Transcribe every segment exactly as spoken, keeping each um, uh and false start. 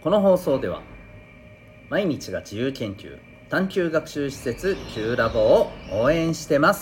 この放送では毎日が自由研究探究学習施設 Q ラボを応援してます。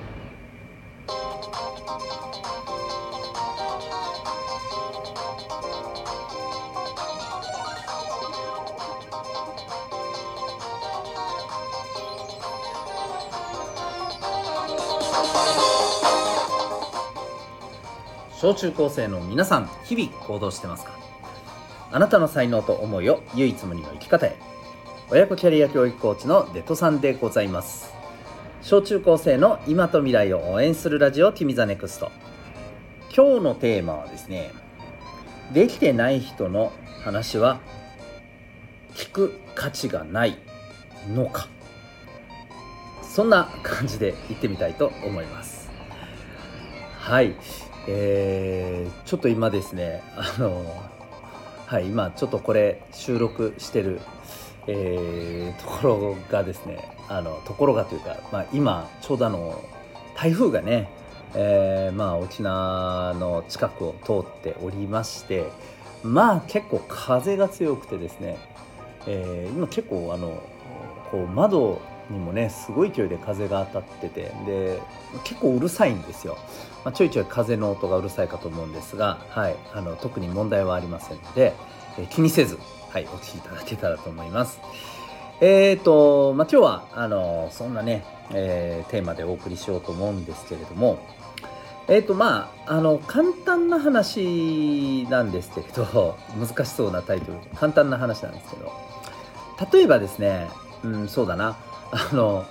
小中高生の皆さん、日々行動してますか？あなたの才能と思いを唯一無二の生き方へ。親子キャリア教育コーチのデトさんでございます。小中高生の今と未来を応援するラジオティミザネクスト。今日のテーマはですね、できてない人の話は聞く価値がないのか。そんな感じで言ってみたいと思います。はい、えー、ちょっと今ですねあのはい今ちょっとこれ収録してる、えー、ところがですねあのところがというか、まあ、今ちょうどあの台風がね、えー、まあ沖縄の近くを通っておりまして、まあ結構風が強くてですね、えー、今結構あのこう窓にもねすごい勢いで風が当たってて、で結構うるさいんですよ。まあ、ちょいちょい風の音がうるさいかと思うんですが、はい、あの特に問題はありませんので、えー、気にせず、はい、お聞きいただけたらと思います。えーと、まあ、今日はあのそんなね、えー、テーマでお送りしようと思うんですけれども、えーとまああの簡単な話なんですけれど、難しそうなタイトル、簡単な話なんですけど、例えばですね、うん、そうだな、あの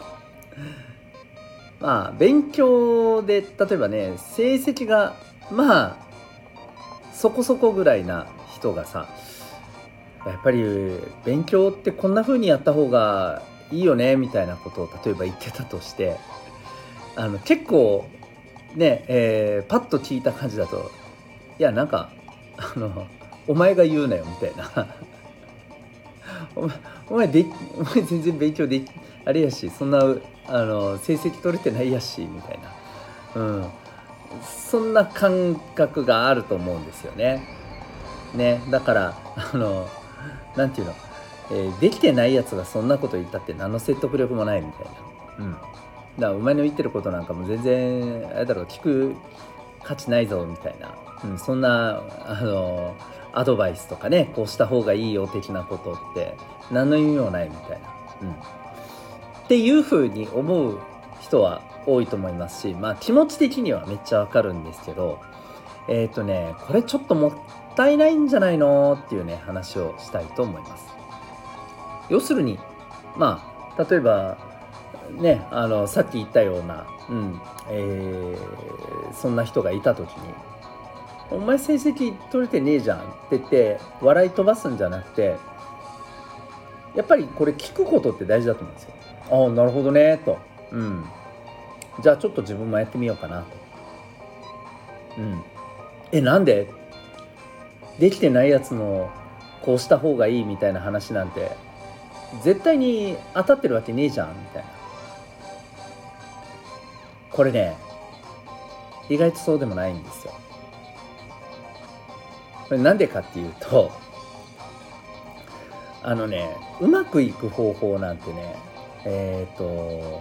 まあ勉強で例えばね成績がまあそこそこぐらいな人がさ、やっぱり勉強ってこんな風にやった方がいいよねみたいなことを例えば言ってたとして、あの結構ね、えー、パッと聞いた感じだと、いやなんかあのお前が言うなよみたいなお前お前でお前全然勉強できあれやし、そんなあの成績取れてないやしみたいな、うん、そんな感覚があると思うんですよね。ね、だからあのなんていうの、えー、できてないやつがそんなこと言ったって何の説得力もないみたいな、うん、だからお前の言ってることなんかも全然あれだろう、聞く価値ないぞみたいな、うん、そんなあのアドバイスとかね、こうした方がいいよ的なことって何の意味もないみたいな、うん、っていう風に思う人は多いと思いますし、まあ気持ち的にはめっちゃわかるんですけど、えっとねこれちょっともったいないんじゃないのっていうね話をしたいと思います。要するにまあ例えばね、あのさっき言ったような、うんえー、そんな人がいた時に、お前成績取れてねえじゃんって言って笑い飛ばすんじゃなくて、やっぱりこれ聞くことって大事だと思うんですよ。ああなるほどねと、うん、じゃあちょっと自分もやってみようかなと、うん、えなんでできてないやつのこうした方がいいみたいな話なんて絶対に当たってるわけねえじゃんみたいな、これね意外とそうでもないんですよ。これなんでかっていうと、あのねうまくいく方法なんてね、えっと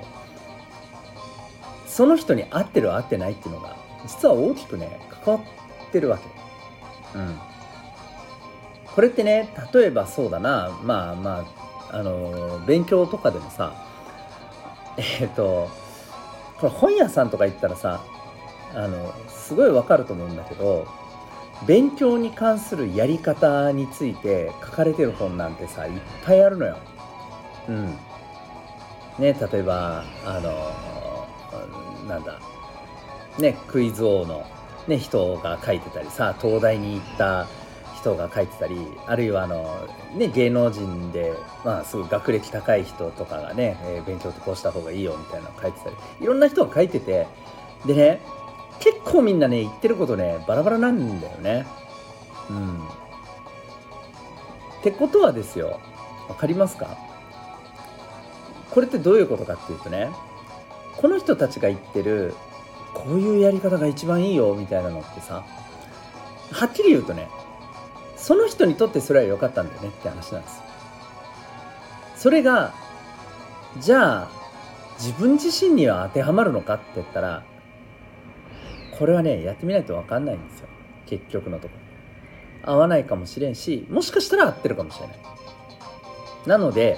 その人に合ってる合ってないっていうのが実は大きくね関わってるわけ。うん。これってね、例えばそうだな、まあまああの勉強とかでもさ、えっとこれ本屋さんとか行ったらさ、あのすごいわかると思うんだけど、勉強に関するやり方について書かれてる本なんてさいっぱいあるのよ。うん。ね、例えばあのなんだね、クイズ王の、ね、人が書いてたりさ、東大に行った人が書いてたり、あるいはあの、ね、芸能人で、まあ、すごい学歴高い人とかがね、えー勉強ってこうした方がいいよみたいなの書いてたり、いろんな人が書いてて、でね結構みんなね言ってることねバラバラなんだよね。うん。ってことはですよ、わかりますか？これってどういうことかっていうとね、この人たちが言ってるこういうやり方が一番いいよみたいなのってさ、はっきり言うとねその人にとってそれは良かったんだよねって話なんですよ。それがじゃあ自分自身には当てはまるのかって言ったら、これはねやってみないと分かんないんですよ。結局のところ合わないかもしれんし、もしかしたら合ってるかもしれない。なので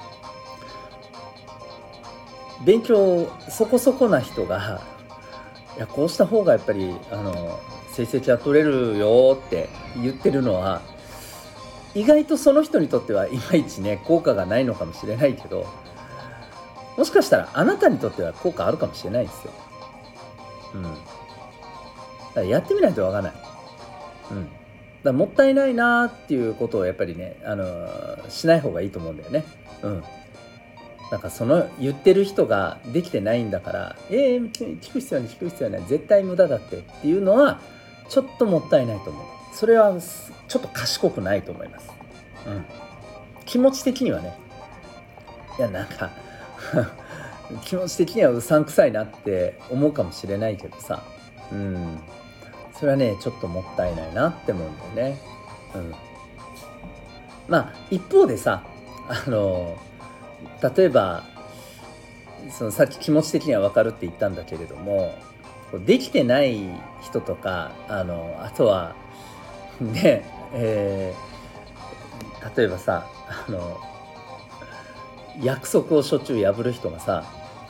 勉強そこそこな人が、いやこうした方がやっぱりあの成績は取れるよって言ってるのは、意外とその人にとってはいまいちね効果がないのかもしれないけど、もしかしたらあなたにとっては効果あるかもしれないですよ。うん。だからやってみないとわからない。うん。だからもったいないなっていうことをやっぱりね、あのー、しない方がいいと思うんだよね。うん。なんかその言ってる人ができてないんだから、えー、聞く必要ない聞く必要ない絶対無駄だってっていうのはちょっともったいないと思う。それはちょっと賢くないと思います。うん。気持ち的にはね、いやなんか気持ち的にはうさんくさいなって思うかもしれないけどさ、うん、それはねちょっともったいないなって思うんだよね。うん、まあ一方でさ、あの例えばそのさっき気持ち的には分かるって言ったんだけれども、できてない人とか、あのあとはね、えー、例えばさ、あの約束をしょっちゅう破る人がさ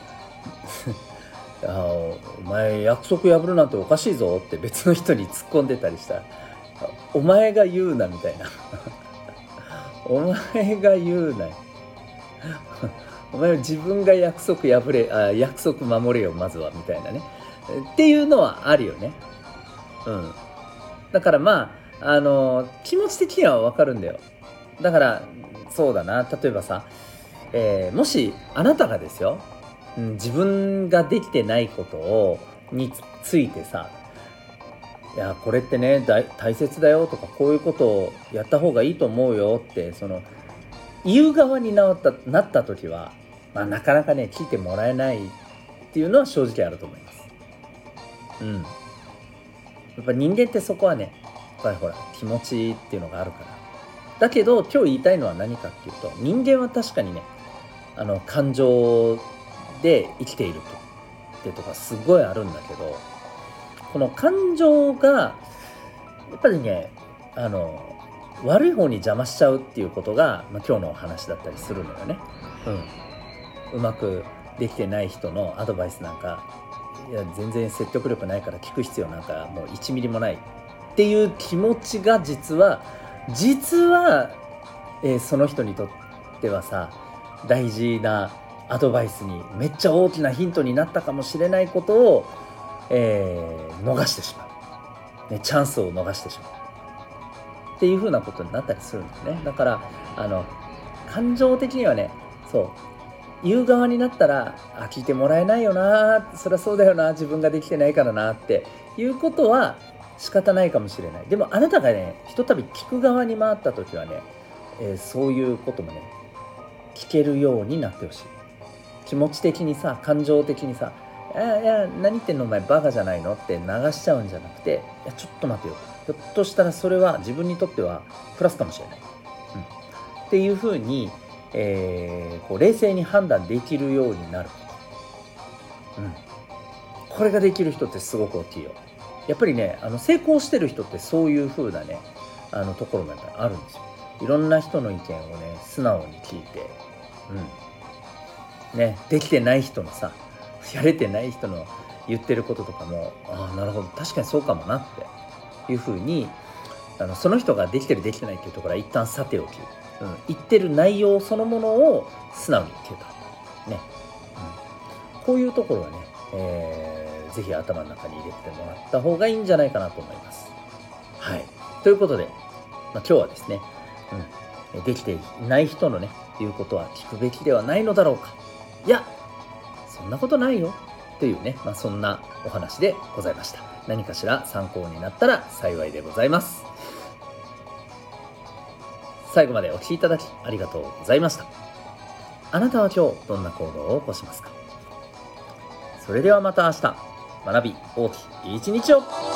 あお前約束破るなんておかしいぞって別の人に突っ込んでたりしたら、お前が言うなみたいなお前が言うなお前は自分が約束破れあ約束守れよまずはみたいなねっていうのはあるよね。うん。だからまああの気持ち的には分かるんだよ。だからそうだな、例えばさ、えー、もしあなたがですよ、うん、自分ができてないことをについてさ、いやこれってね大切だよとか、こういうことをやった方がいいと思うよってその言う側になったなった時は、まあ、なかなかね聞いてもらえないっていうのは正直あると思います。うん。やっぱ人間ってそこはね、やっぱりほら気持ちっていうのがあるから。だけど今日言いたいのは何かっていうと、人間は確かにねあの感情で生きているとっていうところすごいあるんだけど、この感情がやっぱりねあの悪い方に邪魔しちゃうっていうことが、まあ、今日のお話だったりするのよね。うん、うまくできてない人のアドバイスなんか、いや全然説得力ないから聞く必要なんかもういちミリもないっていう気持ちが実は実は、えー、その人にとってはさ大事なアドバイスにめっちゃ大きなヒントになったかもしれないことを、えー、逃してしまう、ね、チャンスを逃してしまうっていう風なことになったりするんですね。だからあの感情的にはね、そう言う側になったら、あ聞いてもらえないよな、そりゃそうだよな、自分ができてないからなっていうことは仕方ないかもしれない。でもあなたがねひとたび聞く側に回った時はね、えー、そういうこともね聞けるようになってほしい。気持ち的にさ、感情的にさ、いやいや何言ってんのお前バカじゃないのって流しちゃうんじゃなくて、いやちょっと待てよ、ひょっとしたらそれは自分にとってはプラスかもしれない、うん、っていうふうに、えー、こう冷静に判断できるようになること、うん、これができる人ってすごく大きいよ。やっぱりねあの成功してる人ってそういう風なねあのところがあるんですよ。いろんな人の意見をね素直に聞いて、うんね、できてない人のさやれてない人の言ってることとかも、ああなるほど確かにそうかもなっていう風に、あのその人ができてるできてないっていうところは一旦さておき、うん、言ってる内容そのものを素直に受けたね、うん、こういうところはね、えー、ぜひ頭の中に入れてもらった方がいいんじゃないかなと思います。はい、ということで、まあ、今日はですね、うん、できていない人のね言うことは聞くべきではないのだろうか、いやそんなことないよというね、まあ、そんなお話でございました。何かしら参考になったら幸いでございます。最後までお聞きいただきありがとうございました。あなたは今日どんな行動を起こしますか？それではまた明日、学び大きい一日を。